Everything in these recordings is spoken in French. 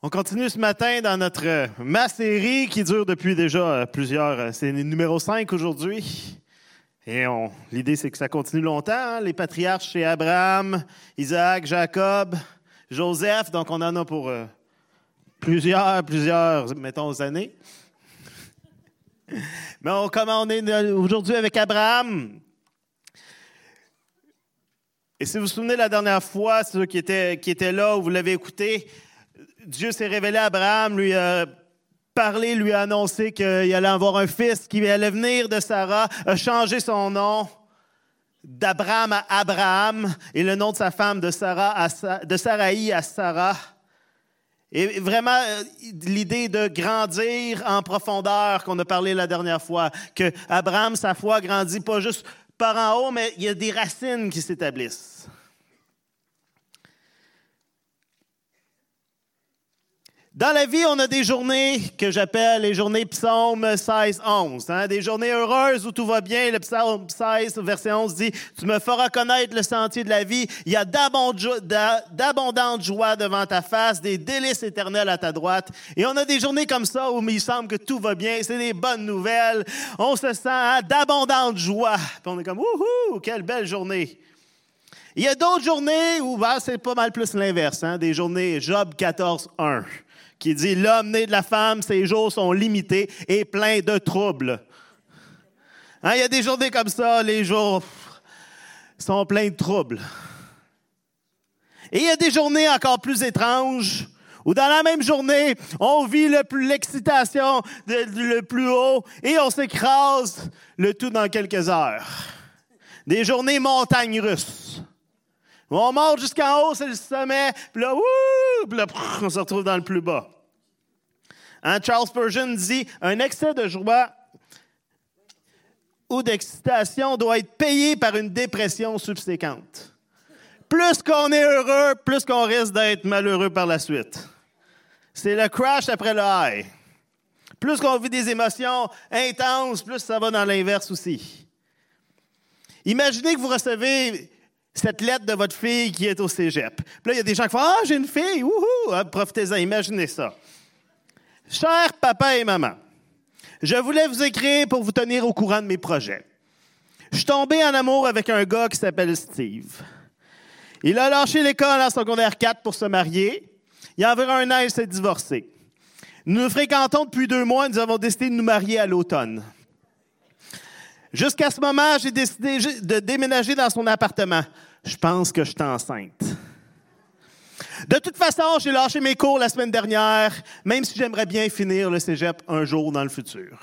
On continue ce matin dans notre ma-série qui dure depuis déjà plusieurs... c'est le numéro 5 aujourd'hui. Et l'idée, c'est que ça continue longtemps. Hein? Les patriarches, c'est Abraham, Isaac, Jacob, Joseph. Donc, on en a pour plusieurs, mettons, années. Mais on est aujourd'hui avec Abraham. Et si vous vous souvenez la dernière fois, ceux qui étaient là, où vous l'avez écouté, Dieu s'est révélé à Abraham, lui a parlé, lui a annoncé qu'il allait avoir un fils qui allait venir de Sarah, a changé son nom d'Abraham à Abraham et le nom de sa femme de Saraï à Sarah. Et vraiment, l'idée de grandir en profondeur qu'on a parlé la dernière fois, que Abraham, sa foi grandit pas juste par en haut, mais il y a des racines qui s'établissent. Dans la vie, on a des journées que j'appelle les journées psaume 16-11. Hein? Des journées heureuses où tout va bien. Le psaume 16, verset 11 dit « Tu me feras connaître le sentier de la vie. Il y a d'abondantes joies devant ta face, des délices éternels à ta droite. » Et on a des journées comme ça où il semble que tout va bien. C'est des bonnes nouvelles. On se sent d'abondantes joies. Puis on est comme « Wouhou! Quelle belle journée! » Il y a d'autres journées où c'est pas mal plus l'inverse. Hein? Des journées Job 14:1. Qui dit « L'homme né de la femme, ses jours sont limités et pleins de troubles. » Hein, il y a des journées comme ça, les jours sont pleins de troubles. Et il y a des journées encore plus étranges où dans la même journée, on vit l'excitation le plus haut et on s'écrase le tout dans quelques heures. Des journées montagnes russes. On monte jusqu'en haut, c'est le sommet, puis là, on se retrouve dans le plus bas. Hein, Charles Spurgeon dit « Un excès de joie ou d'excitation doit être payé par une dépression subséquente. Plus qu'on est heureux, plus qu'on risque d'être malheureux par la suite. C'est le crash après le high. Plus qu'on vit des émotions intenses, plus ça va dans l'inverse aussi. Imaginez que vous recevez cette lettre de votre fille qui est au cégep. Puis là, il y a des gens qui font « Ah, j'ai une fille! Wouhou! Ah, profitez-en, imaginez ça. » Chers papa et maman, je voulais vous écrire pour vous tenir au courant de mes projets. Je suis tombé en amour avec un gars qui s'appelle Steve. Il a lâché l'école en secondaire 4 pour se marier. Il y a environ 1 an, il s'est divorcé. Nous nous fréquentons depuis 2 mois et nous avons décidé de nous marier à l'automne. Jusqu'à ce moment, j'ai décidé de déménager dans son appartement. Je pense que je suis enceinte. De toute façon, j'ai lâché mes cours la semaine dernière, même si j'aimerais bien finir le cégep un jour dans le futur.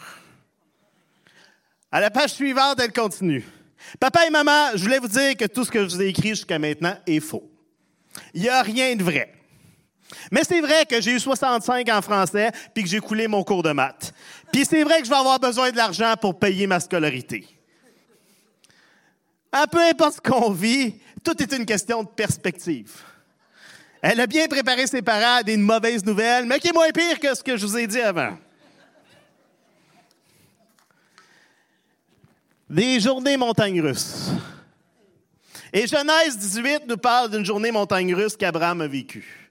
À la page suivante, elle continue. Papa et maman, je voulais vous dire que tout ce que je vous ai écrit jusqu'à maintenant est faux. Il n'y a rien de vrai. Mais c'est vrai que j'ai eu 65 en français puis que j'ai coulé mon cours de maths. Puis c'est vrai que je vais avoir besoin de l'argent pour payer ma scolarité. Peu importe ce qu'on vit, tout est une question de perspective. Elle a bien préparé ses parents à des mauvaises nouvelles, mais qui est moins pire que ce que je vous ai dit avant. Des journées montagnes russes. Et Genèse 18 nous parle d'une journée montagne russe qu'Abraham a vécue.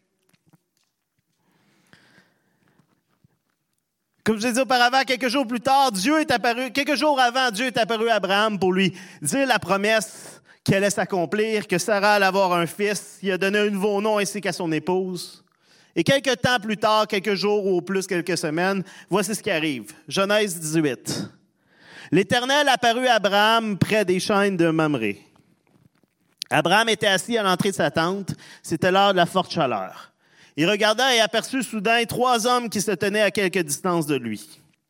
Comme je l'ai dit auparavant, quelques jours avant, Dieu est apparu à Abraham pour lui dire la promesse qui allait s'accomplir, que Sarah allait avoir un fils. Il a donné un nouveau nom ainsi qu'à son épouse. Et quelques temps plus tard, quelques jours ou au plus quelques semaines, voici ce qui arrive. Genèse 18. L'Éternel apparut à Abraham près des chênes de Mamré. Abraham était assis à l'entrée de sa tente. C'était l'heure de la forte chaleur. Il regarda et aperçut soudain 3 hommes qui se tenaient à quelque distance de lui.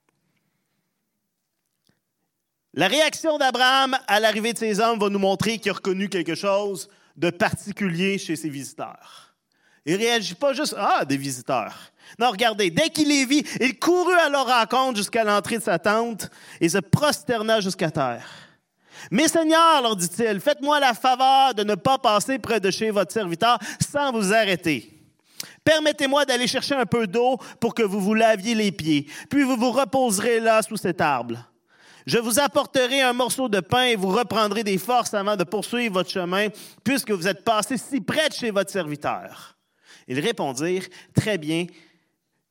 La réaction d'Abraham à l'arrivée de ces hommes va nous montrer qu'il a reconnu quelque chose de particulier chez ses visiteurs. Il ne réagit pas juste « Ah, des visiteurs ». Non, regardez, dès qu'il les vit, il courut à leur rencontre jusqu'à l'entrée de sa tente et se prosterna jusqu'à terre. « Mes seigneurs, leur dit-il, faites-moi la faveur de ne pas passer près de chez votre serviteur sans vous arrêter. Permettez-moi d'aller chercher un peu d'eau pour que vous vous laviez les pieds, puis vous vous reposerez là sous cet arbre. Je vous apporterai un morceau de pain et vous reprendrez des forces avant de poursuivre votre chemin, puisque vous êtes passé si près de chez votre serviteur. » Ils répondirent, « Très bien,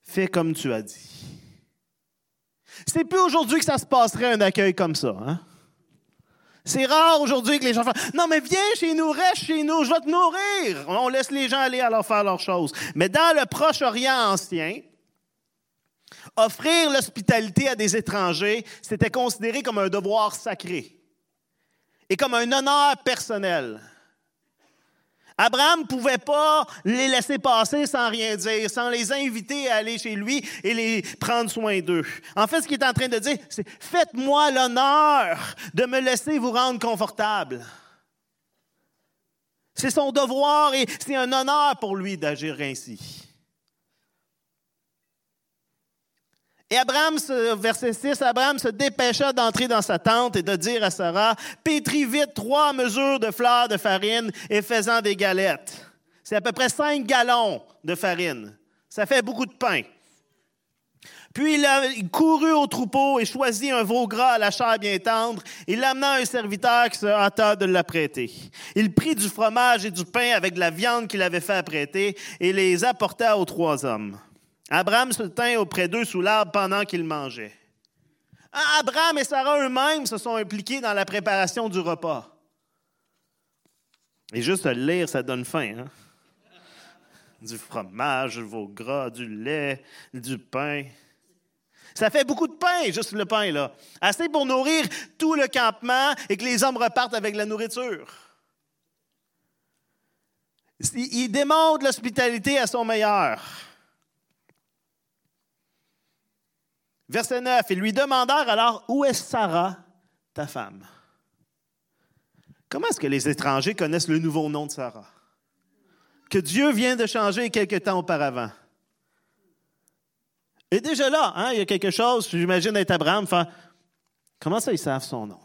fais comme tu as dit. C'est plus aujourd'hui que ça se passerait un accueil comme ça. Hein? C'est rare aujourd'hui que les gens font « Non, mais viens chez nous, reste chez nous, je vais te nourrir. » On laisse les gens aller alors faire leurs choses. Mais dans le Proche-Orient ancien, offrir l'hospitalité à des étrangers, c'était considéré comme un devoir sacré et comme un honneur personnel. Abraham ne pouvait pas les laisser passer sans rien dire, sans les inviter à aller chez lui et les prendre soin d'eux. En fait, ce qu'il est en train de dire, c'est « Faites-moi l'honneur de me laisser vous rendre confortable. » C'est son devoir et c'est un honneur pour lui d'agir ainsi. Et Abraham, verset 6, Abraham se dépêcha d'entrer dans sa tente et de dire à Sarah, « Pétris vite 3 mesures de fleur de farine et fais-en des galettes. » C'est à peu près 5 gallons de farine. Ça fait beaucoup de pain. Puis il courut au troupeau et choisit un veau gras à la chair bien tendre. Il l'amena à un serviteur qui se hâta de l'apprêter. Il prit du fromage et du pain avec de la viande qu'il avait fait apprêter et les apporta aux 3 hommes. Abraham se tint auprès d'eux sous l'arbre pendant qu'ils mangeaient. Abraham et Sarah eux-mêmes se sont impliqués dans la préparation du repas. Et juste le lire, ça donne faim. Hein? Du fromage, du veau gras, du lait, du pain. Ça fait beaucoup de pain, juste le pain, là. Assez pour nourrir tout le campement et que les hommes repartent avec la nourriture. Il démontre l'hospitalité à son meilleur. Verset 9, ils lui demandèrent alors, « Où est Sarah, ta femme? » Comment est-ce que les étrangers connaissent le nouveau nom de Sarah? Que Dieu vient de changer quelque temps auparavant. Et déjà là, hein, il y a quelque chose, j'imagine d'être Abraham, fait, comment ça ils savent son nom?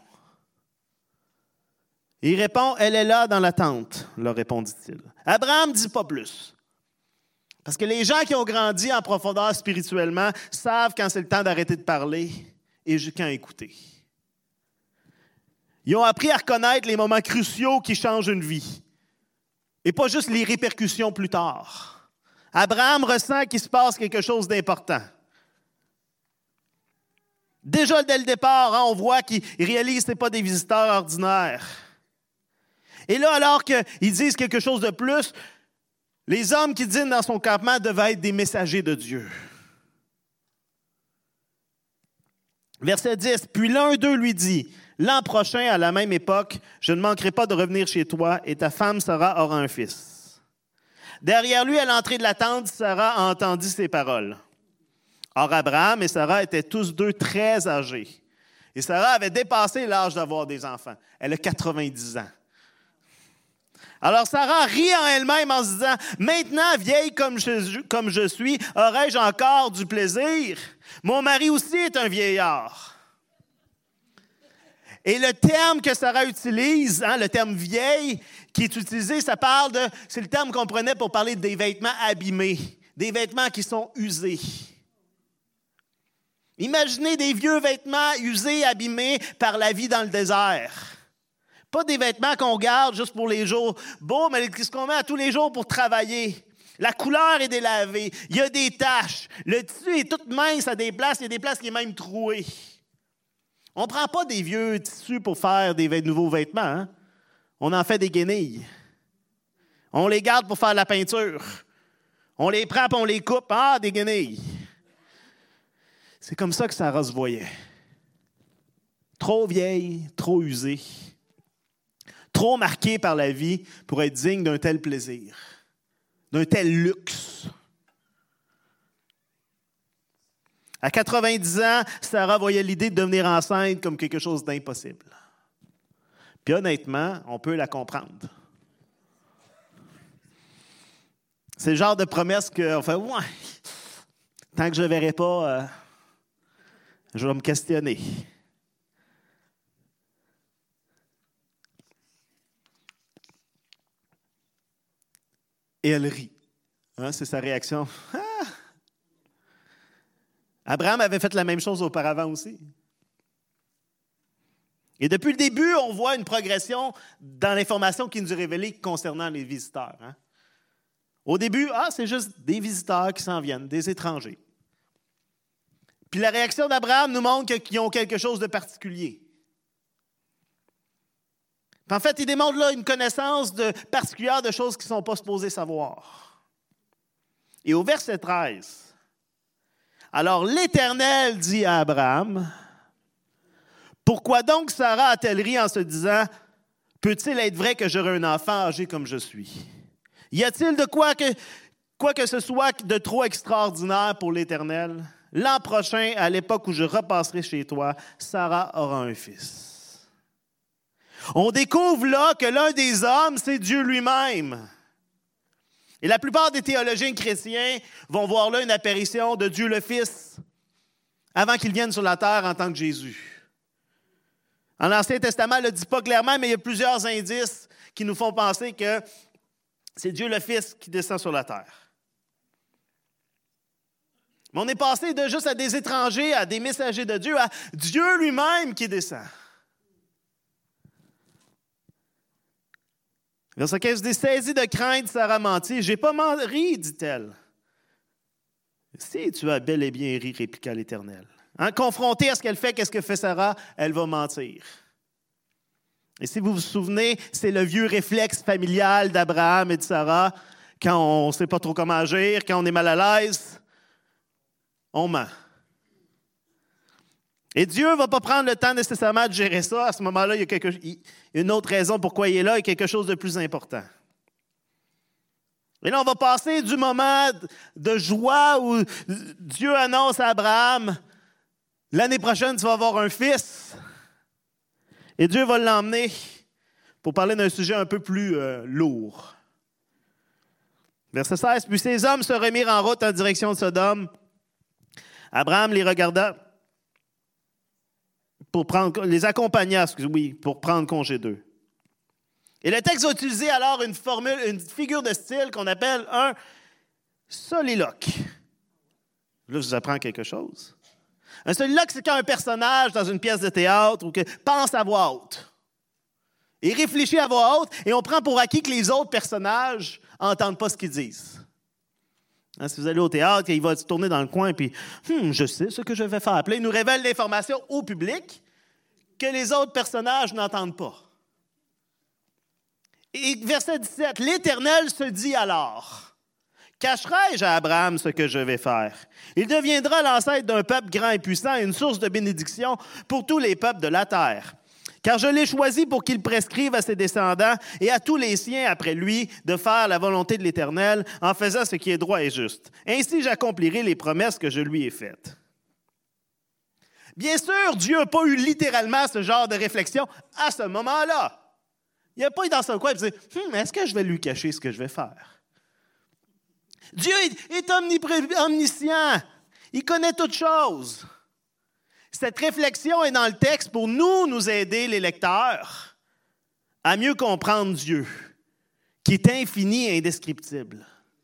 Et il répond, « Elle est là dans la tente, » leur répondit-il. Abraham ne dit pas plus. Parce que les gens qui ont grandi en profondeur spirituellement savent quand c'est le temps d'arrêter de parler et quand écouter. Ils ont appris à reconnaître les moments cruciaux qui changent une vie et pas juste les répercussions plus tard. Abraham ressent qu'il se passe quelque chose d'important. Déjà, dès le départ, hein, on voit qu'il réalise que ce n'est pas des visiteurs ordinaires. Et là, alors qu'ils disent quelque chose de plus, les hommes qui dînent dans son campement devaient être des messagers de Dieu. Verset 10, « Puis l'un d'eux lui dit, « L'an prochain, à la même époque, je ne manquerai pas de revenir chez toi, et ta femme Sarah aura un fils. » Derrière lui, à l'entrée de la tente, Sarah entendit ces paroles. Or, Abraham et Sarah étaient tous deux très âgés. Et Sarah avait dépassé l'âge d'avoir des enfants. Elle a 90 ans. Alors Sarah rit en elle-même en se disant, « Maintenant, vieille comme je suis, aurais-je encore du plaisir? Mon mari aussi est un vieillard. » Et le terme que Sarah utilise, hein, le terme « vieille » qui est utilisé, c'est le terme qu'on prenait pour parler des vêtements abîmés, des vêtements qui sont usés. Imaginez des vieux vêtements usés, abîmés par la vie dans le désert. Pas des vêtements qu'on garde juste pour les jours beaux, mais ce qu'on met à tous les jours pour travailler. La couleur est délavée. Il y a des taches. Le tissu est tout mince à des places. Il y a des places qui sont même trouées. On ne prend pas des vieux tissus pour faire des nouveaux vêtements. Hein? On en fait des guenilles. On les garde pour faire de la peinture. On les prend et on les coupe. Ah, des guenilles. C'est comme ça que Sarah se voyait. Trop vieille, trop usée. Trop marqué par la vie pour être digne d'un tel plaisir, d'un tel luxe. À 90 ans, Sarah voyait l'idée de devenir enceinte comme quelque chose d'impossible. Puis honnêtement, on peut la comprendre. C'est le genre de promesse qu'on fait, ouais, tant que je ne le verrai pas, je vais me questionner. Et elle rit. Hein, c'est sa réaction. Ah! Abraham avait fait la même chose auparavant aussi. Et depuis le début, on voit une progression dans l'information qui nous est révélée concernant les visiteurs. Hein. Au début, c'est juste des visiteurs qui s'en viennent, des étrangers. Puis la réaction d'Abraham nous montre qu'ils ont quelque chose de particulier. Puis en fait, il démontre là une connaissance particulière de choses qu'ils ne sont pas supposés savoir. Et au verset 13, alors l'Éternel dit à Abraham, « Pourquoi donc Sarah a-t-elle ri en se disant, « Peut-il être vrai que j'aurai un enfant âgé comme je suis? Y a-t-il de quoi que ce soit de trop extraordinaire pour l'Éternel? L'an prochain, à l'époque où je repasserai chez toi, Sarah aura un fils. » On découvre là que l'un des hommes, c'est Dieu lui-même. Et la plupart des théologiens chrétiens vont voir là une apparition de Dieu le Fils avant qu'il vienne sur la terre en tant que Jésus. En l'Ancien Testament, il ne le dit pas clairement, mais il y a plusieurs indices qui nous font penser que c'est Dieu le Fils qui descend sur la terre. Mais on est passé de juste à des étrangers, à des messagers de Dieu, à Dieu lui-même qui descend. Verset 15 dit, « Saisie de crainte, Sarah mentit. J'ai pas ri, dit-elle. Si tu as bel et bien ri, répliqua l'Éternel. Confrontée à ce qu'elle fait, qu'est-ce que fait Sarah? Elle va mentir. Et si vous vous souvenez, c'est le vieux réflexe familial d'Abraham et de Sarah. Quand on ne sait pas trop comment agir, quand on est mal à l'aise, on ment. Et Dieu ne va pas prendre le temps nécessairement de gérer ça. À ce moment-là, il y a une autre raison pourquoi il est là, il y a quelque chose de plus important. Et là, on va passer du moment de joie où Dieu annonce à Abraham, l'année prochaine, tu vas avoir un fils. Et Dieu va l'emmener pour parler d'un sujet un peu plus lourd. Verset 16, « Puis ces hommes se remirent en route en direction de Sodome. Abraham les regarda les accompagna, pour prendre congé d'eux. Et le texte va utiliser alors une figure de style qu'on appelle un soliloque. Là, je vous apprends quelque chose. Un soliloque, c'est quand un personnage dans une pièce de théâtre ou pense à voix haute. Il réfléchit à voix haute et on prend pour acquis que les autres personnages n'entendent pas ce qu'ils disent. Si vous allez au théâtre, il va se tourner dans le coin et je sais ce que je vais faire. Puis là, il nous révèle l'information au public que les autres personnages n'entendent pas. Et verset 17, « L'Éternel se dit alors, « Cacherai-je à Abraham ce que je vais faire? Il deviendra l'ancêtre d'un peuple grand et puissant et une source de bénédiction pour tous les peuples de la terre. Car je l'ai choisi pour qu'il prescrive à ses descendants et à tous les siens après lui de faire la volonté de l'Éternel en faisant ce qui est droit et juste. Ainsi, j'accomplirai les promesses que je lui ai faites. » Bien sûr, Dieu n'a pas eu littéralement ce genre de réflexion à ce moment-là. Il n'a pas été dans son coin et dit « Est-ce que je vais lui cacher ce que je vais faire? » Dieu est omniscient. Il connaît toutes choses. Cette réflexion est dans le texte pour nous aider, les lecteurs, à mieux comprendre Dieu, qui est infini et indescriptible.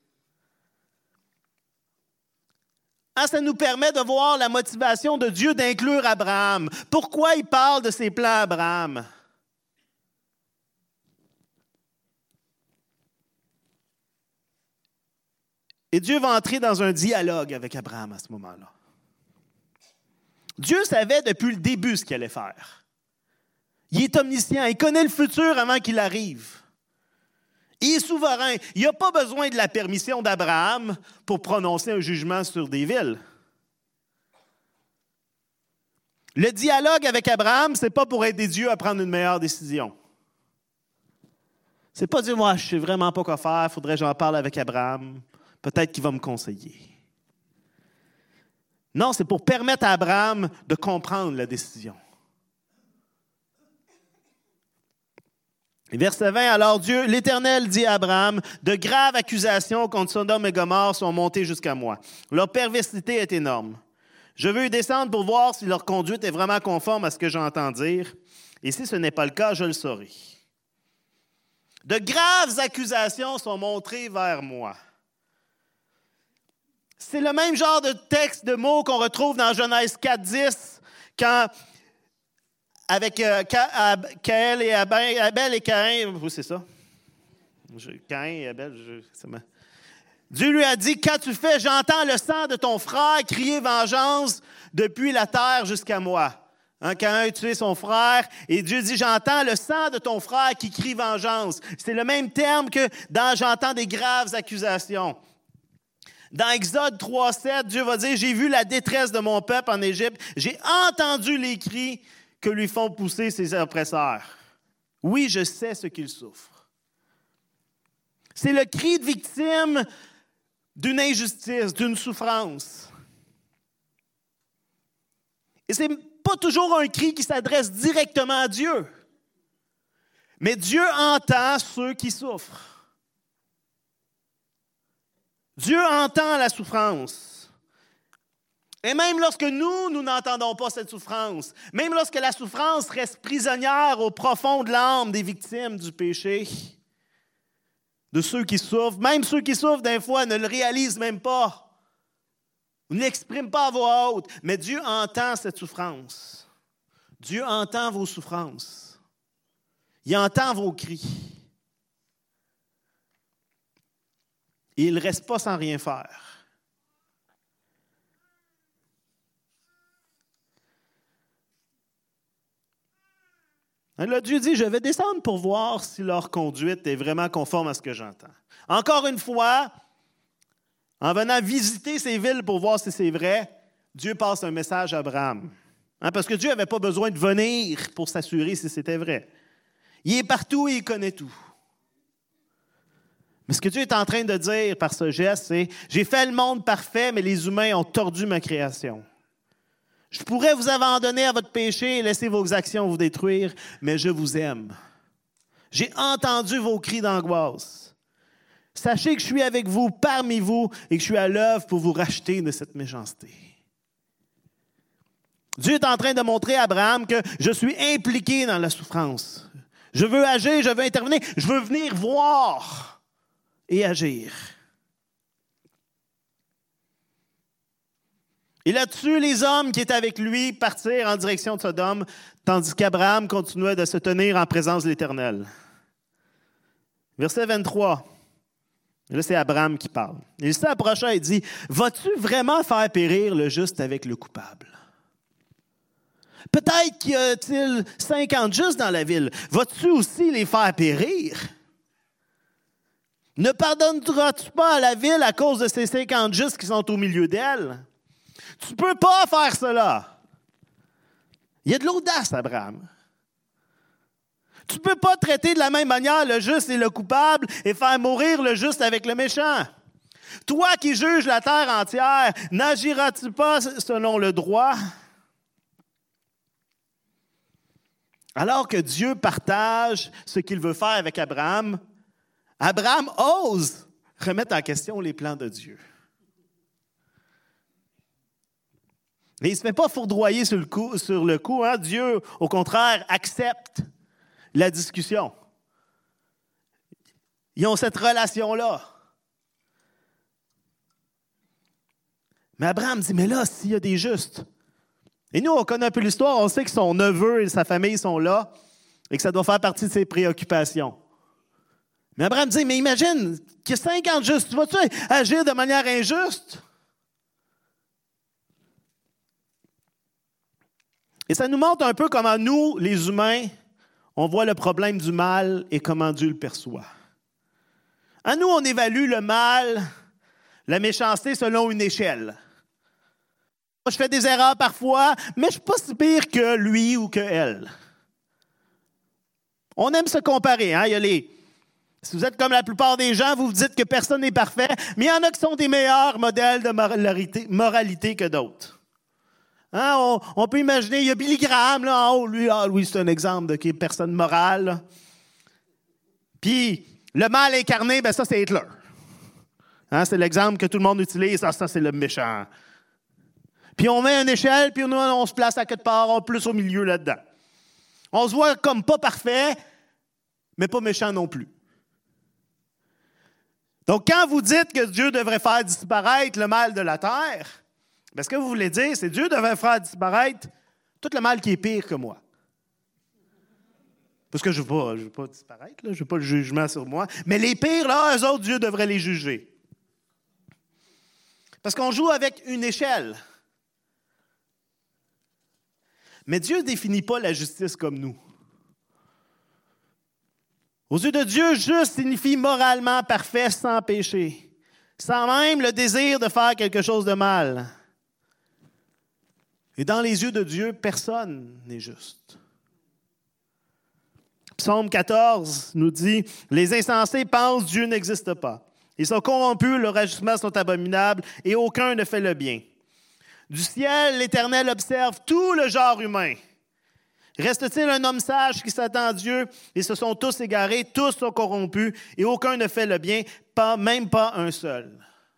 Ça nous permet de voir la motivation de Dieu d'inclure Abraham. Pourquoi il parle de ses plans à Abraham? Et Dieu va entrer dans un dialogue avec Abraham à ce moment-là. Dieu savait depuis le début ce qu'il allait faire. Il est omniscient, il connaît le futur avant qu'il arrive. Il est souverain. Il n'a pas besoin de la permission d'Abraham pour prononcer un jugement sur des villes. Le dialogue avec Abraham, ce n'est pas pour aider Dieu à prendre une meilleure décision. Ce n'est pas dire, moi, je ne sais vraiment pas quoi faire, il faudrait que j'en parle avec Abraham. Peut-être qu'il va me conseiller. Non, c'est pour permettre à Abraham de comprendre la décision. Verset 20, alors Dieu, l'Éternel dit à Abraham, de graves accusations contre Sodome et Gomorrhe sont montées jusqu'à moi. Leur perversité est énorme. Je veux y descendre pour voir si leur conduite est vraiment conforme à ce que j'entends dire. Et si ce n'est pas le cas, je le saurai. De graves accusations sont montrées vers moi. C'est le même genre de texte, de mots qu'on retrouve dans Genèse 4.10, quand, avec Caïn et Abel et Caïn, oui, c'est ça. Caïn et Abel, Dieu lui a dit, « Qu'as-tu fait? J'entends le sang de ton frère crier vengeance depuis la terre jusqu'à moi. » Hein, Caïn a tué son frère et Dieu dit « J'entends le sang de ton frère qui crie vengeance. » C'est le même terme que dans « J'entends des graves accusations ». Dans Exode 3,7, Dieu va dire « J'ai vu la détresse de mon peuple en Égypte. J'ai entendu les cris que lui font pousser ses oppresseurs. Oui, je sais ce qu'il souffre. » C'est le cri de victime d'une injustice, d'une souffrance. Et c'est pas toujours un cri qui s'adresse directement à Dieu. Mais Dieu entend ceux qui souffrent. Dieu entend la souffrance. Et même lorsque nous n'entendons pas cette souffrance, même lorsque la souffrance reste prisonnière au profond de l'âme des victimes du péché, de ceux qui souffrent, même ceux qui souffrent, des fois, ne le réalisent même pas. Vous ne l'exprimez pas à voix haute, mais Dieu entend cette souffrance. Dieu entend vos souffrances. Il entend vos cris. Et il ne reste pas sans rien faire. Là, Dieu dit, je vais descendre pour voir si leur conduite est vraiment conforme à ce que j'entends. Encore une fois, en venant visiter ces villes pour voir si c'est vrai, Dieu passe un message à Abraham. Parce que Dieu n'avait pas besoin de venir pour s'assurer si c'était vrai. Il est partout et il connaît tout. Mais ce que Dieu est en train de dire par ce geste, c'est « J'ai fait le monde parfait, mais les humains ont tordu ma création. Je pourrais vous abandonner à votre péché et laisser vos actions vous détruire, mais je vous aime. J'ai entendu vos cris d'angoisse. Sachez que je suis avec vous, parmi vous, et que je suis à l'œuvre pour vous racheter de cette méchanceté. » Dieu est en train de montrer à Abraham que je suis impliqué dans la souffrance. Je veux agir, je veux intervenir, je veux venir voir et agir. Et là-dessus, les hommes qui étaient avec lui partirent en direction de Sodome, tandis qu'Abraham continuait de se tenir en présence de l'Éternel. Verset 23. Là, c'est Abraham qui parle. Il s'approcha et dit, « Vas-tu vraiment faire périr le juste avec le coupable? Peut-être qu'il y a-t-il 50 justes dans la ville. Vas-tu aussi les faire périr? Ne pardonneras-tu pas à la ville à cause de ces 50 justes qui sont au milieu d'elle? Tu ne peux pas faire cela. » Il y a de l'audace, Abraham. Tu ne peux pas traiter de la même manière le juste et le coupable et faire mourir le juste avec le méchant. Toi qui juges la terre entière, n'agiras-tu pas selon le droit? Alors que Dieu partage ce qu'il veut faire avec Abraham, Abraham ose remettre en question les plans de Dieu. Et il ne se fait pas foudroyer sur le coup. Hein? Dieu, au contraire, accepte la discussion. Ils ont cette relation-là. Mais Abraham dit, mais là, s'il y a des justes. Et nous, on connaît un peu l'histoire, on sait que son neveu et sa famille sont là et que ça doit faire partie de ses préoccupations. Mais Abraham dit, mais imagine qu'il y a 50 justes, tu vas-tu agir de manière injuste? Et ça nous montre un peu comment nous, les humains, on voit le problème du mal et comment Dieu le perçoit. À nous, on évalue le mal, la méchanceté selon une échelle. Je fais des erreurs parfois, mais je ne suis pas si pire que lui ou que elle. On aime se comparer. Hein? Si vous êtes comme la plupart des gens, vous vous dites que personne n'est parfait, mais il y en a qui sont des meilleurs modèles de moralité que d'autres. Hein? On peut imaginer, il y a Billy Graham là, en haut. Lui, c'est un exemple de personne morale. Là. Puis, le mal incarné, ben ça, c'est Hitler. Hein? C'est l'exemple que tout le monde utilise. Ça, c'est le méchant. Puis on met une échelle, puis nous, on se place à quelque part, on est plus au milieu là-dedans. On se voit comme pas parfait, mais pas méchant non plus. Donc, quand vous dites que Dieu devrait faire disparaître le mal de la terre, bien, ce que vous voulez dire, c'est que Dieu devrait faire disparaître tout le mal qui est pire que moi. Parce que je ne veux pas disparaître, là, je ne veux pas le jugement sur moi. Mais les pires, là, eux autres, Dieu devrait les juger. Parce qu'on joue avec une échelle. Mais Dieu ne définit pas la justice comme nous. Aux yeux de Dieu, juste signifie moralement parfait, sans péché, sans même le désir de faire quelque chose de mal. Et dans les yeux de Dieu, personne n'est juste. Psaume 14 nous dit « Les insensés pensent Dieu n'existe pas. Ils sont corrompus, leurs agissements sont abominables et aucun ne fait le bien. Du ciel, l'Éternel observe tout le genre humain. Reste-t-il un homme sage qui s'attend à Dieu? Ils se sont tous égarés, tous sont corrompus et aucun ne fait le bien, même pas un seul. »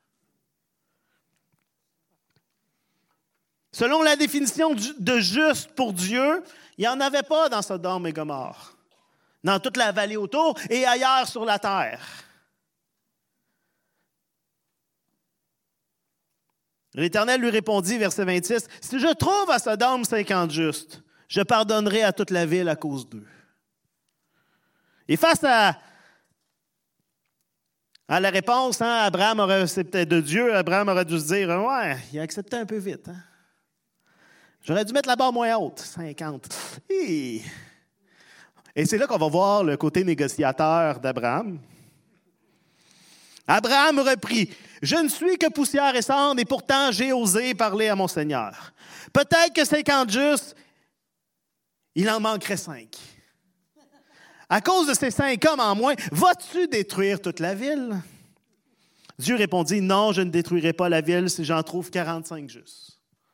Selon la définition de juste pour Dieu, il n'y en avait pas dans Sodome et Gomorrhe, dans toute la vallée autour et ailleurs sur la terre. L'Éternel lui répondit, verset 26, « Si je trouve à Sodome 50 justes, je pardonnerai à toute la ville à cause d'eux. » Et face à la réponse, Abraham aurait, c'est peut-être de Dieu, Abraham aurait dû se dire, « Ouais, il a accepté un peu vite. Hein? J'aurais dû mettre la barre moins haute, 50. » Et c'est là qu'on va voir le côté négociateur d'Abraham. Abraham reprit, « Je ne suis que poussière et cendre, et pourtant j'ai osé parler à mon Seigneur. Peut-être que 50 justes, il en manquerait 5. À cause de ces 5 hommes en moins, vas-tu détruire toute la ville? » Dieu répondit, « Non, je ne détruirai pas la ville si j'en trouve 45 justes. »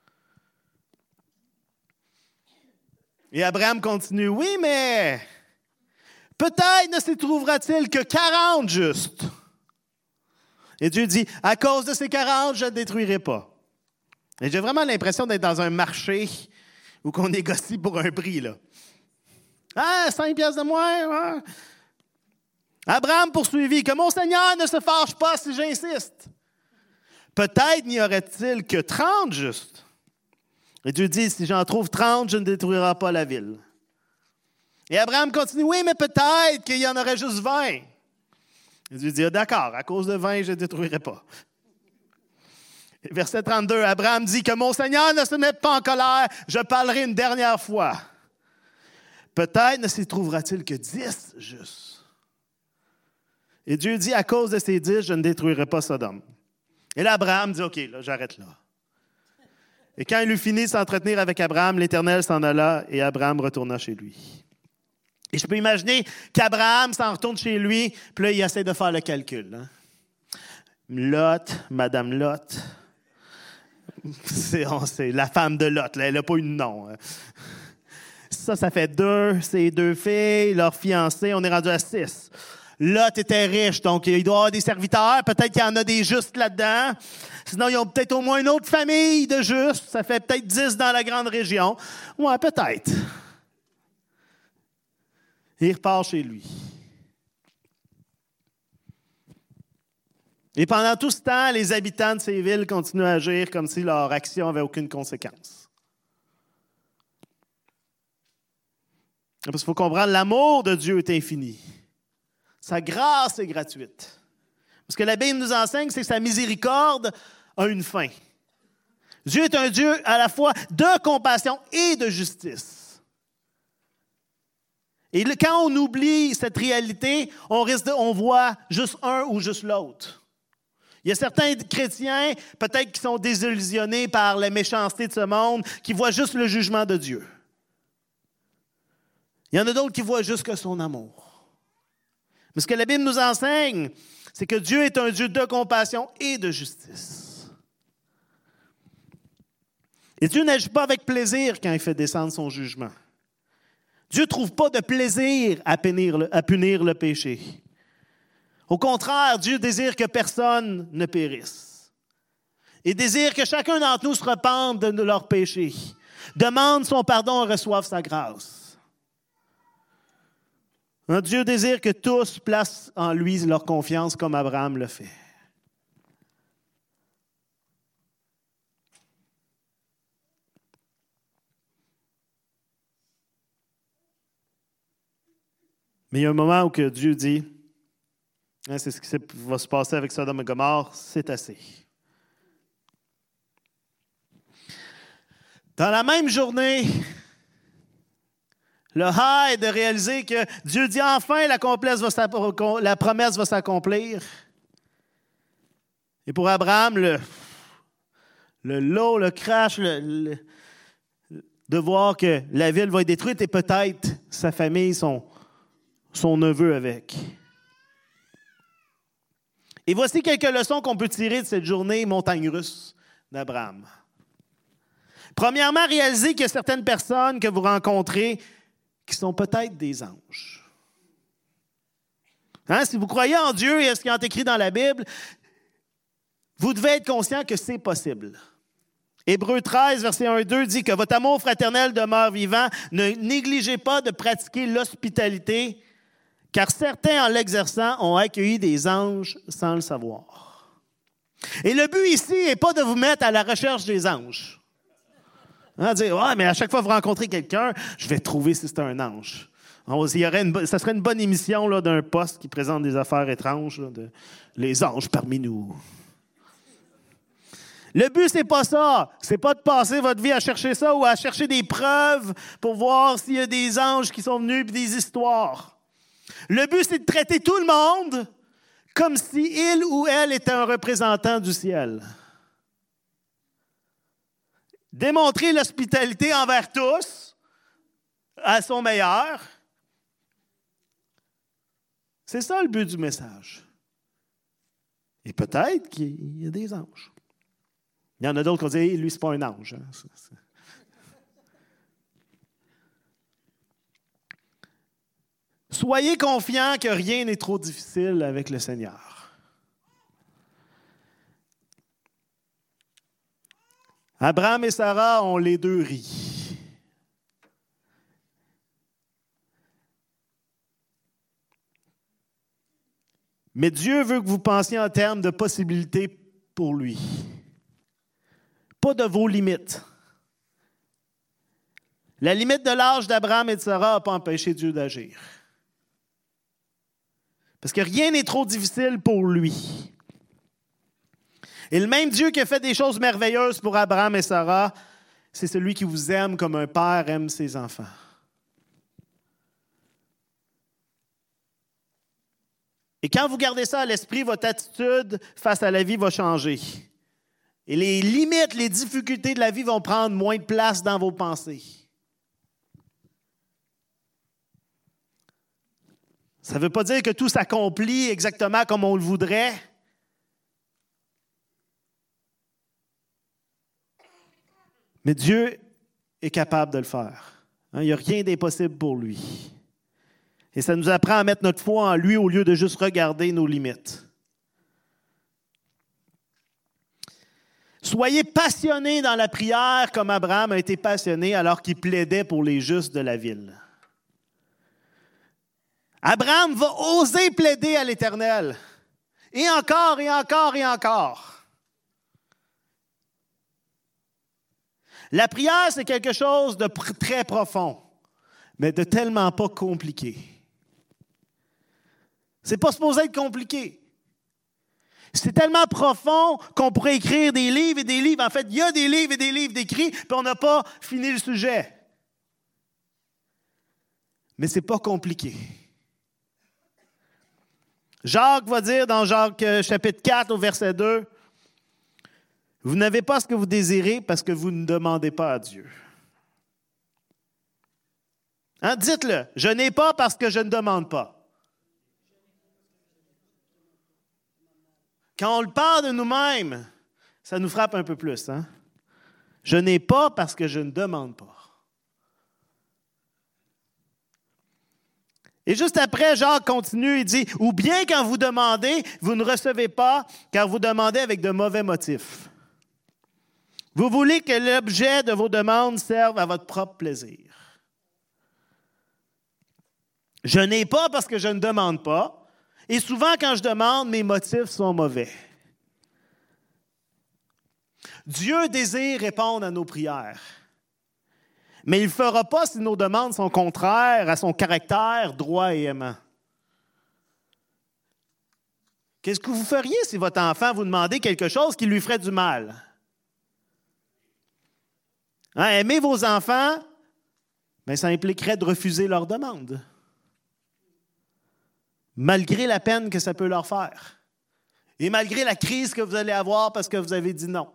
Et Abraham continue, « Oui, mais peut-être ne s'y trouvera-t-il que 40 justes. » Et Dieu dit, « À cause de ces 40, je ne détruirai pas. » Et j'ai vraiment l'impression d'être dans un marché où on négocie pour un prix, là. Ah, 5 piastres de moins. Ouais. Abraham poursuivit, « Que mon Seigneur ne se fâche pas si j'insiste. Peut-être n'y aurait-il que 30 justes. » Et Dieu dit, « Si j'en trouve 30, je ne détruirai pas la ville. » Et Abraham continue, « Oui, mais peut-être qu'il y en aurait juste 20. » Et Dieu dit, « D'accord, à cause de 20, je ne détruirai pas. » Verset 32, Abraham dit, « Que mon Seigneur ne se mette pas en colère, je parlerai une dernière fois. Peut-être ne s'y trouvera-t-il que 10 justes. » Et Dieu dit, « À cause de ces 10, je ne détruirai pas Sodome. » Et là, Abraham dit, « OK, là, j'arrête là. » Et quand il eut fini de s'entretenir avec Abraham, l'Éternel s'en alla et Abraham retourna chez lui. Et je peux imaginer qu'Abraham s'en retourne chez lui, puis là, il essaie de faire le calcul. Hein? Lot, Madame Lot, c'est la femme de Lot, là, elle n'a pas eu de nom. Hein? Ça fait 2, c'est 2 filles, leur fiancé, on est rendu à 6. Lot était riche, donc il doit y avoir des serviteurs. Peut-être qu'il y en a des justes là-dedans. Sinon, ils ont peut-être au moins une autre famille de justes. Ça fait peut-être 10 dans la grande région. Ouais, peut-être. Et il repart chez lui. Et pendant tout ce temps, les habitants de ces villes continuent à agir comme si leur action n'avait aucune conséquence. Parce qu'il faut comprendre, l'amour de Dieu est infini. Sa grâce est gratuite. Ce que la Bible nous enseigne, c'est que sa miséricorde a une fin. Dieu est un Dieu à la fois de compassion et de justice. Et quand on oublie cette réalité, on voit juste un ou juste l'autre. Il y a certains chrétiens, peut-être qui sont désillusionnés par la méchanceté de ce monde, qui voient juste le jugement de Dieu. Il y en a d'autres qui voient juste que son amour. Mais ce que la Bible nous enseigne, c'est que Dieu est un Dieu de compassion et de justice. Et Dieu n'agit pas avec plaisir quand il fait descendre son jugement. Dieu ne trouve pas de plaisir à punir le péché. Au contraire, Dieu désire que personne ne périsse. Il désire que chacun d'entre nous se repente de leur péché, demande son pardon et reçoive sa grâce. Dieu désire que tous placent en lui leur confiance comme Abraham le fait. Mais il y a un moment où que Dieu dit, c'est ce qui va se passer avec Sodome et Gomorrhe, c'est assez. Dans la même journée, Le high de réaliser que Dieu dit enfin la promesse va s'accomplir. Et pour Abraham, le low, le crash, de voir que la ville va être détruite et peut-être sa famille, son neveu avec. Et voici quelques leçons qu'on peut tirer de cette journée montagne russe d'Abraham. Premièrement, réalisez qu'il y a certaines personnes que vous rencontrez qui sont peut-être des anges. Si vous croyez en Dieu et à ce qui est écrit dans la Bible, vous devez être conscient que c'est possible. Hébreux 13, verset 1-2 dit que votre amour fraternel demeure vivant. Ne négligez pas de pratiquer l'hospitalité, car certains, en l'exerçant, ont accueilli des anges sans le savoir. Et le but ici n'est pas de vous mettre à la recherche des anges. Dire, ouais, mais à chaque fois que vous rencontrez quelqu'un, je vais trouver si c'est un ange. Ça serait une bonne émission là, d'un poste qui présente des affaires étranges, là, les anges parmi nous. Le but, c'est pas ça. C'est pas de passer votre vie à chercher ça ou à chercher des preuves pour voir s'il y a des anges qui sont venus et des histoires. Le but, c'est de traiter tout le monde comme si il ou elle était un représentant du ciel. Démontrer l'hospitalité envers tous à son meilleur. C'est ça le but du message. Et peut-être qu'il y a des anges. Il y en a d'autres qui vont dire, lui, c'est pas un ange. Soyez confiants que rien n'est trop difficile avec le Seigneur. Abraham et Sarah ont les deux ri. Mais Dieu veut que vous pensiez en termes de possibilités pour lui. Pas de vos limites. La limite de l'âge d'Abraham et de Sarah n'a pas empêché Dieu d'agir. Parce que rien n'est trop difficile pour lui. Et le même Dieu qui a fait des choses merveilleuses pour Abraham et Sarah, c'est celui qui vous aime comme un père aime ses enfants. Et quand vous gardez ça à l'esprit, votre attitude face à la vie va changer. Et les limites, les difficultés de la vie vont prendre moins de place dans vos pensées. Ça ne veut pas dire que tout s'accomplit exactement comme on le voudrait. Mais Dieu est capable de le faire. Il n'y a rien d'impossible pour lui. Et ça nous apprend à mettre notre foi en lui au lieu de juste regarder nos limites. Soyez passionnés dans la prière comme Abraham a été passionné alors qu'il plaidait pour les justes de la ville. Abraham va oser plaider à l'Éternel. Et encore, et encore, et encore. La prière, c'est quelque chose de très profond, mais de tellement pas compliqué. C'est pas supposé être compliqué. C'est tellement profond qu'on pourrait écrire des livres et des livres. En fait, il y a des livres et des livres d'écrits, puis on n'a pas fini le sujet. Mais c'est pas compliqué. Jacques va dire dans Jacques chapitre 4 au verset 2, « Vous n'avez pas ce que vous désirez parce que vous ne demandez pas à Dieu. » Dites-le, « Je n'ai pas parce que je ne demande pas. » Quand on le parle de nous-mêmes, ça nous frappe un peu plus. Je n'ai pas parce que je ne demande pas. Et juste après, Jacques continue, il dit, « Ou bien quand vous demandez, vous ne recevez pas, car vous demandez avec de mauvais motifs. Vous voulez que l'objet de vos demandes serve à votre propre plaisir. » Je n'ai pas parce que je ne demande pas. Et souvent, quand je demande, mes motifs sont mauvais. Dieu désire répondre à nos prières. Mais il ne le fera pas si nos demandes sont contraires à son caractère droit et aimant. Qu'est-ce que vous feriez si votre enfant vous demandait quelque chose qui lui ferait du mal? Aimez vos enfants, bien, ça impliquerait de refuser leur demande, malgré la peine que ça peut leur faire et malgré la crise que vous allez avoir parce que vous avez dit non.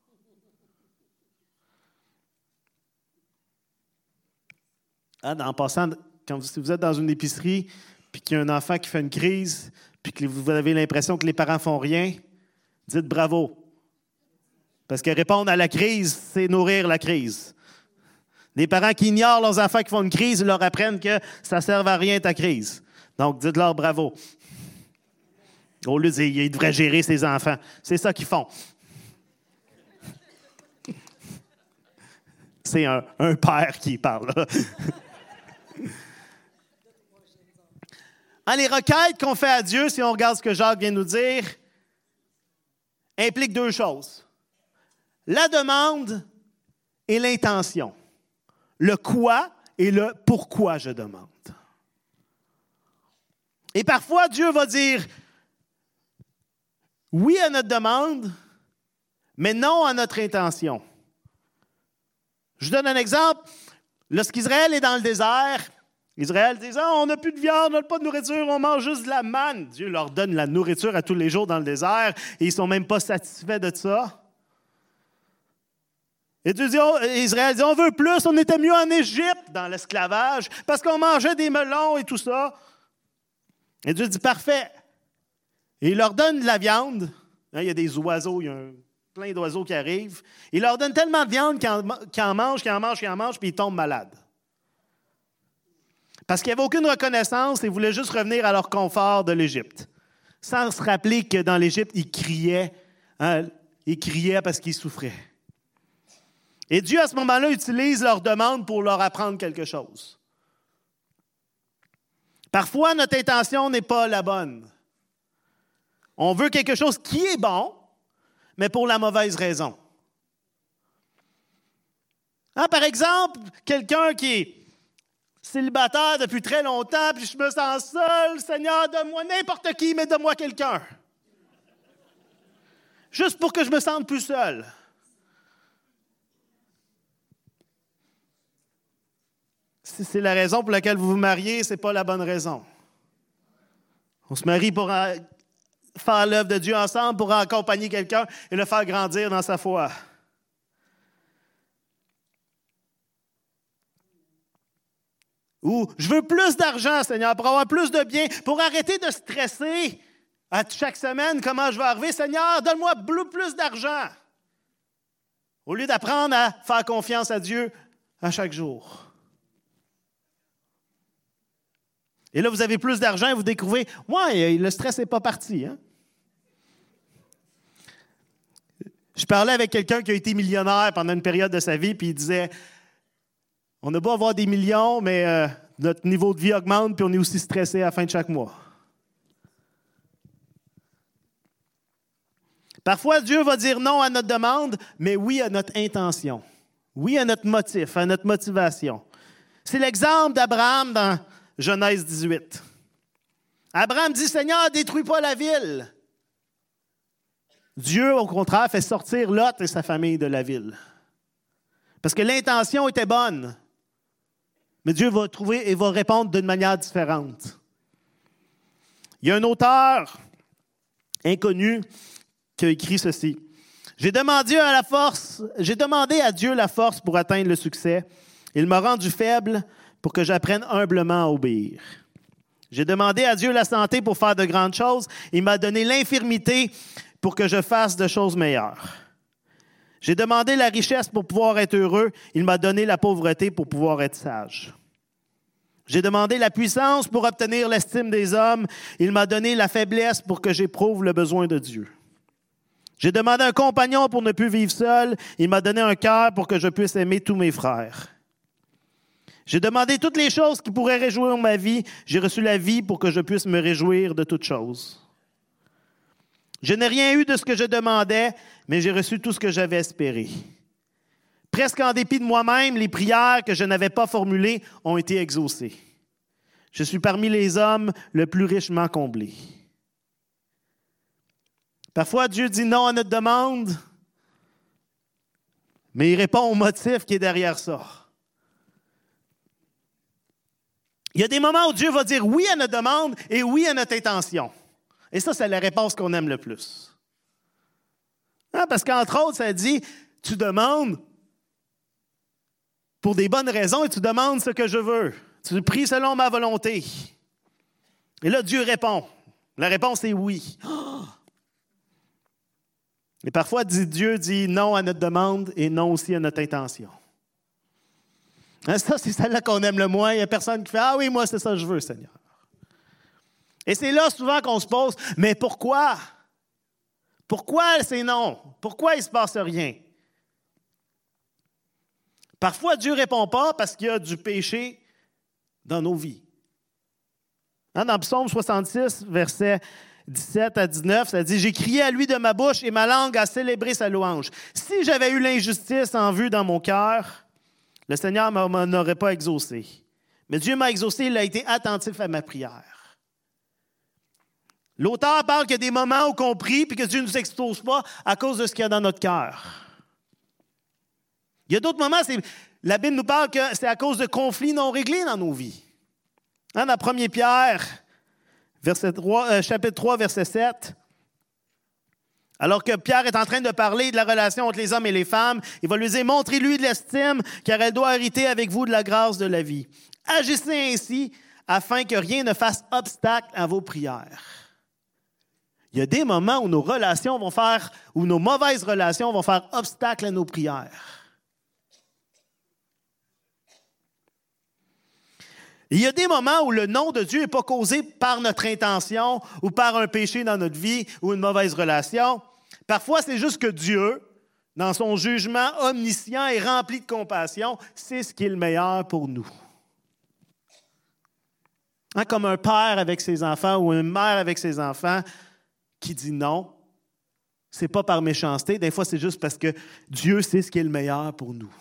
En passant, si vous êtes dans une épicerie puis qu'il y a un enfant qui fait une crise puis que vous avez l'impression que les parents ne font rien, dites bravo. Parce que répondre à la crise, c'est nourrir la crise. Les parents qui ignorent leurs enfants qui font une crise, ils leur apprennent que ça ne sert à rien ta crise. Donc, dites-leur bravo. Au lieu de dire qu'ils devraient gérer ses enfants. C'est ça qu'ils font. C'est un père qui parle. Les requêtes qu'on fait à Dieu, si on regarde ce que Jacques vient nous dire, impliquent deux choses. La demande et l'intention. Le quoi et le pourquoi je demande. Et parfois, Dieu va dire oui à notre demande, mais non à notre intention. Je vous donne un exemple. Lorsqu'Israël est dans le désert, Israël dit « on n'a plus de viande, on n'a pas de nourriture, on mange juste de la manne. » Dieu leur donne la nourriture à tous les jours dans le désert et ils ne sont même pas satisfaits de ça. Et Dieu dit, Israël dit « on veut plus, on était mieux en Égypte dans l'esclavage parce qu'on mangeait des melons et tout ça. » Et Dieu dit « parfait. » Et il leur donne de la viande. Il y a des oiseaux, il y a plein d'oiseaux qui arrivent. Il leur donne tellement de viande qu'ils en mangent, puis ils tombent malades. Parce qu'il n'y avait aucune reconnaissance et ils voulaient juste revenir à leur confort de l'Égypte. Sans se rappeler que dans l'Égypte, ils criaient parce qu'ils souffraient. Et Dieu, à ce moment-là, utilise leur demande pour leur apprendre quelque chose. Parfois, notre intention n'est pas la bonne. On veut quelque chose qui est bon, mais pour la mauvaise raison. Par exemple, quelqu'un qui est célibataire depuis très longtemps, puis je me sens seul, Seigneur, donne-moi n'importe qui, mais donne-moi quelqu'un. Juste pour que je me sente plus seul. Si c'est la raison pour laquelle vous vous mariez, ce n'est pas la bonne raison. On se marie pour faire l'œuvre de Dieu ensemble, pour accompagner quelqu'un et le faire grandir dans sa foi. Ou je veux plus d'argent, Seigneur, pour avoir plus de biens, pour arrêter de stresser à chaque semaine comment je vais arriver. Seigneur, donne-moi plus d'argent. Au lieu d'apprendre à faire confiance à Dieu à chaque jour. Et là, vous avez plus d'argent et vous découvrez, ouais, le stress n'est pas parti. Hein? Je parlais avec quelqu'un qui a été millionnaire pendant une période de sa vie, puis il disait, on a beau avoir des millions, mais notre niveau de vie augmente, puis on est aussi stressé à la fin de chaque mois. Parfois, Dieu va dire non à notre demande, mais oui à notre intention. Oui à notre motif, à notre motivation. C'est l'exemple d'Abraham dans Genèse 18. Abraham dit, Seigneur, détruis pas la ville. Dieu, au contraire, fait sortir Lot et sa famille de la ville. Parce que l'intention était bonne. Mais Dieu va trouver et va répondre d'une manière différente. Il y a un auteur inconnu qui a écrit ceci. J'ai demandé à Dieu la force pour atteindre le succès. Il m'a rendu faible pour que j'apprenne humblement à obéir. J'ai demandé à Dieu la santé pour faire de grandes choses. Il m'a donné l'infirmité pour que je fasse de choses meilleures. J'ai demandé la richesse pour pouvoir être heureux. Il m'a donné la pauvreté pour pouvoir être sage. J'ai demandé la puissance pour obtenir l'estime des hommes. Il m'a donné la faiblesse pour que j'éprouve le besoin de Dieu. J'ai demandé un compagnon pour ne plus vivre seul. Il m'a donné un cœur pour que je puisse aimer tous mes frères. J'ai demandé toutes les choses qui pourraient réjouir ma vie. J'ai reçu la vie pour que je puisse me réjouir de toutes choses. Je n'ai rien eu de ce que je demandais, mais j'ai reçu tout ce que j'avais espéré. Presque en dépit de moi-même, les prières que je n'avais pas formulées ont été exaucées. Je suis parmi les hommes le plus richement comblé. Parfois, Dieu dit non à notre demande, mais il répond au motif qui est derrière ça. Il y a des moments où Dieu va dire oui à notre demande et oui à notre intention. Et ça, c'est la réponse qu'on aime le plus. Parce qu'entre autres, ça dit, tu demandes pour des bonnes raisons et tu demandes ce que je veux. Tu pries selon ma volonté. Et là, Dieu répond. La réponse est oui. Et parfois, Dieu dit non à notre demande et non aussi à notre intention. Ça, c'est celle-là qu'on aime le moins. Il n'y a personne qui fait « Ah oui, moi, c'est ça que je veux, Seigneur. » Et c'est là souvent qu'on se pose « Mais pourquoi? Pourquoi c'est non? Pourquoi il ne se passe rien? » Parfois, Dieu ne répond pas parce qu'il y a du péché dans nos vies. Dans Psaume 66, versets 17 à 19, ça dit « J'ai crié à lui de ma bouche et ma langue a célébré sa louange. Si j'avais eu l'injustice en vue dans mon cœur, le Seigneur ne m'en aurait pas exaucé. Mais Dieu m'a exaucé, il a été attentif à ma prière. » L'auteur parle qu'il y a des moments où on prie et que Dieu ne nous expose pas à cause de ce qu'il y a dans notre cœur. Il y a d'autres moments, la Bible nous parle que c'est à cause de conflits non réglés dans nos vies. Dans 1 Pierre, chapitre 3, verset 7, alors que Pierre est en train de parler de la relation entre les hommes et les femmes, il va lui dire « Montrez-lui de l'estime, car elle doit hériter avec vous de la grâce de la vie. Agissez ainsi, afin que rien ne fasse obstacle à vos prières. » Il y a des moments où nos mauvaises relations vont faire obstacle à nos prières. Il y a des moments où le nom de Dieu n'est pas causé par notre intention ou par un péché dans notre vie ou une mauvaise relation. Parfois, c'est juste que Dieu, dans son jugement omniscient et rempli de compassion, sait ce qui est le meilleur pour nous. Comme un père avec ses enfants ou une mère avec ses enfants qui dit non, ce n'est pas par méchanceté. Des fois, c'est juste parce que Dieu sait ce qui est le meilleur pour nous.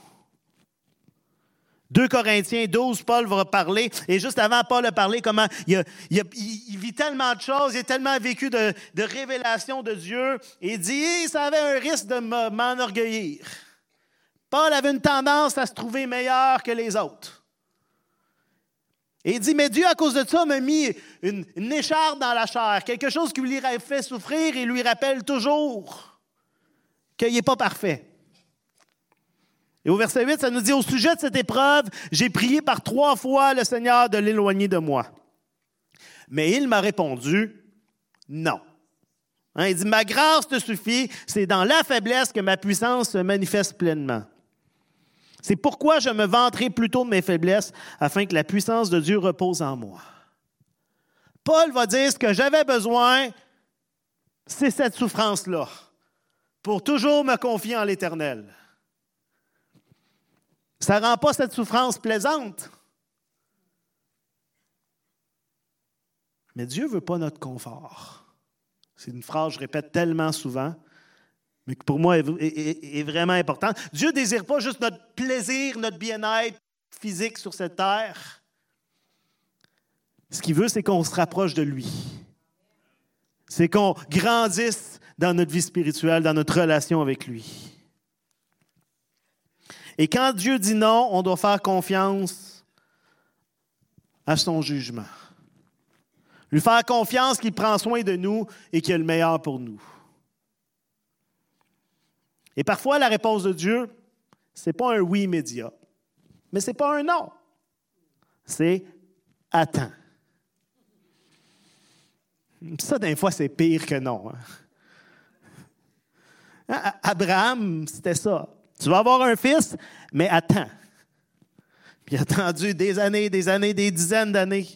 2 Corinthiens 12, Paul va parler, et juste avant Paul a parlé comment il vit tellement de choses, il a tellement vécu de révélations de Dieu, et il dit ça avait un risque de m'enorgueillir. Paul avait une tendance à se trouver meilleur que les autres. Et il dit, mais Dieu, à cause de ça, m'a mis une écharpe dans la chair, quelque chose qui lui fait souffrir et lui rappelle toujours qu'il n'est pas parfait. Et au verset 8, ça nous dit, au sujet de cette épreuve, j'ai prié par 3 fois le Seigneur de l'éloigner de moi. Mais il m'a répondu, non. Il dit, ma grâce te suffit, c'est dans la faiblesse que ma puissance se manifeste pleinement. C'est pourquoi je me vanterai plutôt de mes faiblesses, afin que la puissance de Dieu repose en moi. Paul va dire, ce que j'avais besoin, c'est cette souffrance-là, pour toujours me confier en l'Éternel. Ça ne rend pas cette souffrance plaisante. Mais Dieu ne veut pas notre confort. C'est une phrase que je répète tellement souvent, mais qui pour moi est vraiment importante. Dieu ne désire pas juste notre plaisir, notre bien-être physique sur cette terre. Ce qu'il veut, c'est qu'on se rapproche de lui. C'est qu'on grandisse dans notre vie spirituelle, dans notre relation avec lui. Et quand Dieu dit non, on doit faire confiance à son jugement. Lui faire confiance qu'il prend soin de nous et qu'il a le meilleur pour nous. Et parfois, la réponse de Dieu, ce n'est pas un oui immédiat, mais ce n'est pas un non. C'est « attends ». Ça, des fois, c'est pire que non. Abraham, c'était ça. Tu vas avoir un fils, mais attends. Puis il a attendu des années, des dizaines d'années.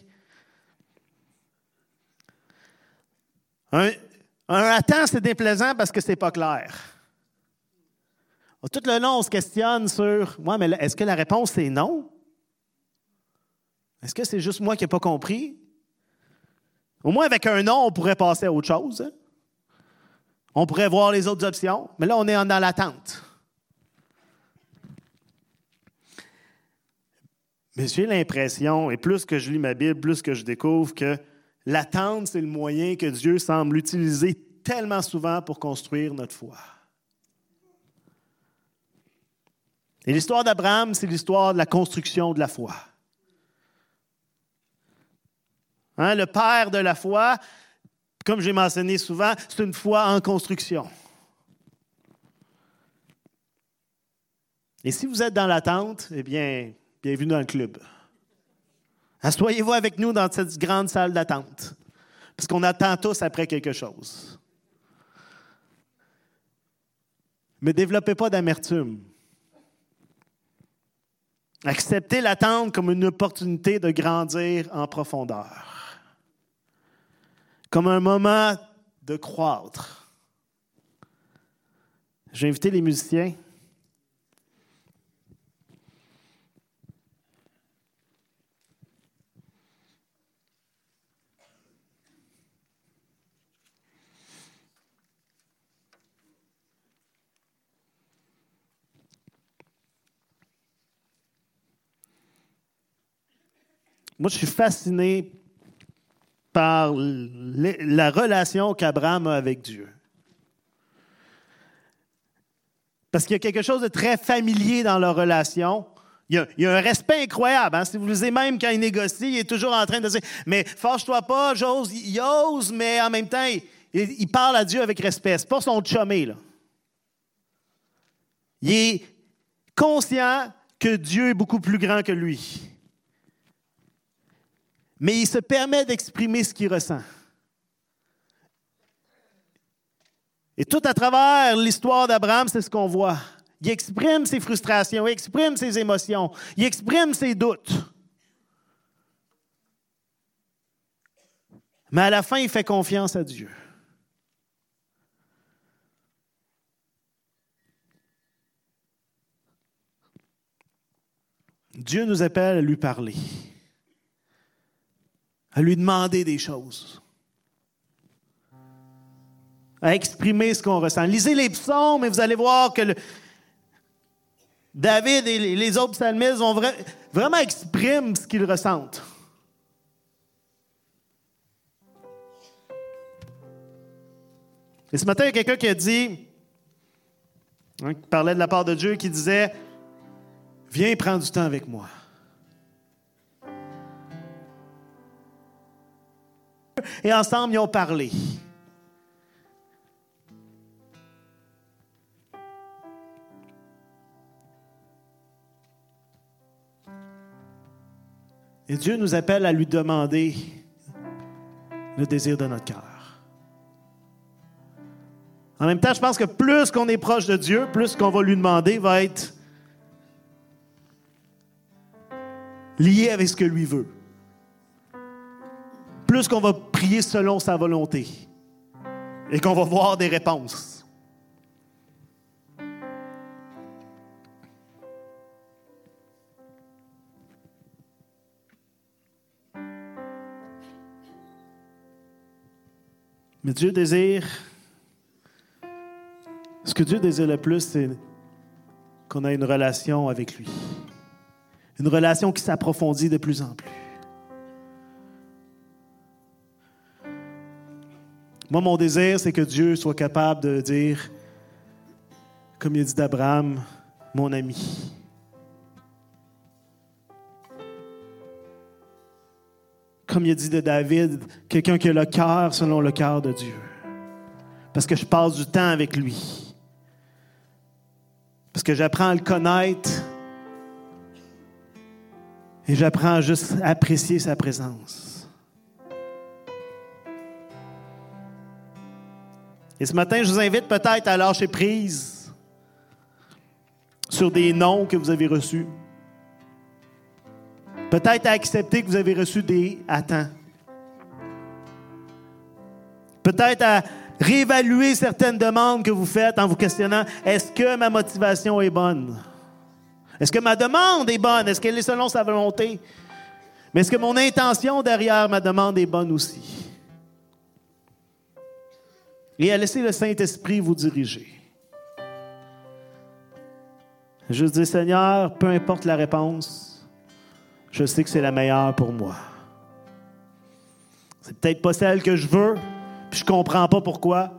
Un attends, c'est déplaisant parce que c'est pas clair. Tout le long, on se questionne sur « Ouais, mais est-ce que la réponse est non? Est-ce que c'est juste moi qui n'ai pas compris? » Au moins, avec un non, on pourrait passer à autre chose. Hein? On pourrait voir les autres options, mais là, on est dans l'attente. Mais j'ai l'impression, et plus que je lis ma Bible, plus que je découvre que l'attente, c'est le moyen que Dieu semble utiliser tellement souvent pour construire notre foi. Et l'histoire d'Abraham, c'est l'histoire de la construction de la foi. Hein, le père de la foi, comme j'ai mentionné souvent, c'est une foi en construction. Et si vous êtes dans l'attente, eh bien, bienvenue dans le club. Asseyez-vous avec nous dans cette grande salle d'attente, parce qu'on attend tous après quelque chose. Mais ne développez pas d'amertume. Acceptez l'attente comme une opportunité de grandir en profondeur, comme un moment de croître. J'ai invité les musiciens. Moi, je suis fasciné par la relation qu'Abraham a avec Dieu. Parce qu'il y a quelque chose de très familier dans leur relation. Il y a un respect incroyable. Hein? Si vous le lisez, même quand il négocie, il est toujours en train de dire « Mais fâche-toi pas, j'ose. » Il ose, mais en même temps, il parle à Dieu avec respect. C'est pas son chumé, là. Il est conscient que Dieu est beaucoup plus grand que lui. Mais il se permet d'exprimer ce qu'il ressent. Et tout à travers l'histoire d'Abraham, c'est ce qu'on voit. Il exprime ses frustrations, il exprime ses émotions, il exprime ses doutes. Mais à la fin, il fait confiance à Dieu. Dieu nous appelle à lui parler, à lui demander des choses, à exprimer ce qu'on ressent. Lisez les psaumes et vous allez voir que David et les autres psalmistes ont vraiment expriment ce qu'ils ressentent. Et ce matin, il y a quelqu'un qui a dit, qui parlait de la part de Dieu, qui disait « Viens prendre du temps avec moi. » Et ensemble, ils ont parlé. Et Dieu nous appelle à lui demander le désir de notre cœur. En même temps, je pense que plus qu'on est proche de Dieu, plus qu'on va lui demander va être lié avec ce que lui veut. Plus qu'on va prier selon sa volonté et qu'on va voir des réponses. Mais Dieu désire, ce que Dieu désire le plus, c'est qu'on ait une relation avec lui. Une relation qui s'approfondit de plus en plus. Moi, mon désir, c'est que Dieu soit capable de dire, comme il a dit d'Abraham, mon ami. Comme il a dit de David, quelqu'un qui a le cœur selon le cœur de Dieu. Parce que je passe du temps avec lui. Parce que j'apprends à le connaître et j'apprends juste à apprécier sa présence. Et ce matin, je vous invite peut-être à lâcher prise sur des noms que vous avez reçus. Peut-être à accepter que vous avez reçu des « attends ». Peut-être à réévaluer certaines demandes que vous faites en vous questionnant « Est-ce que ma motivation est bonne? Est-ce que ma demande est bonne? Est-ce qu'elle est selon sa volonté? Mais est-ce que mon intention derrière ma demande est bonne aussi? » Et à laisser le Saint-Esprit vous diriger. Je dis, Seigneur, peu importe la réponse, je sais que c'est la meilleure pour moi. C'est peut-être pas celle que je veux, puis je comprends pas pourquoi.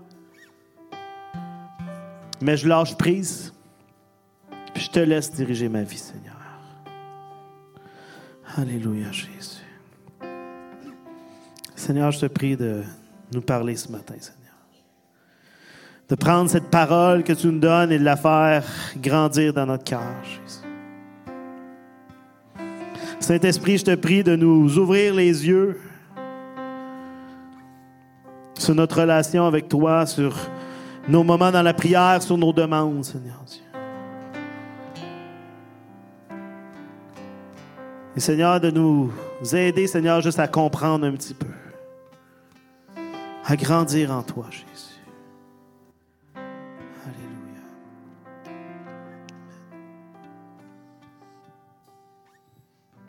Mais je lâche prise, puis je te laisse diriger ma vie, Seigneur. Alléluia, Jésus. Seigneur, je te prie de nous parler ce matin, Seigneur. De prendre cette parole que tu nous donnes et de la faire grandir dans notre cœur, Jésus. Saint-Esprit, je te prie de nous ouvrir les yeux sur notre relation avec toi, sur nos moments dans la prière, sur nos demandes, Seigneur Dieu. Et Seigneur, de nous aider, Seigneur, juste à comprendre un petit peu, à grandir en toi, Jésus.